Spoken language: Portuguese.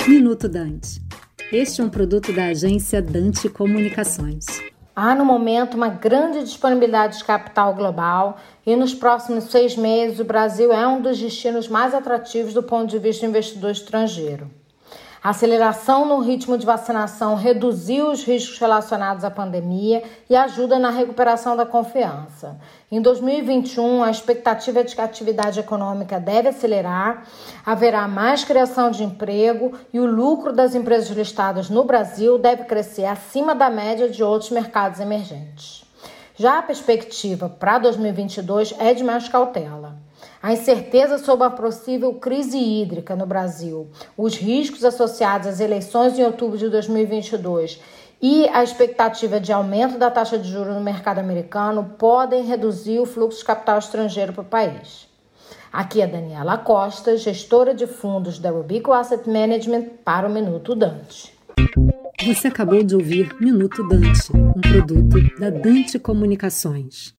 Minuto Dante. Este é um produto da agência Dante Comunicações. Há, no momento, uma grande disponibilidade de capital global e nos próximos 6 meses o Brasil é um dos destinos mais atrativos do ponto de vista do investidor estrangeiro. A aceleração no ritmo de vacinação reduziu os riscos relacionados à pandemia e ajuda na recuperação da confiança. Em 2021, a expectativa é de que a atividade econômica deve acelerar, haverá mais criação de emprego e o lucro das empresas listadas no Brasil deve crescer acima da média de outros mercados emergentes. Já a perspectiva para 2022 é de mais cautela. A incerteza sobre a possível crise hídrica no Brasil, os riscos associados às eleições em outubro de 2022 e a expectativa de aumento da taxa de juros no mercado americano podem reduzir o fluxo de capital estrangeiro para o país. Aqui é Daniela Costa, gestora de fundos da Robeco Asset Management para o Minuto Dante. Você acabou de ouvir Minuto Dante, um produto da Dante Comunicações.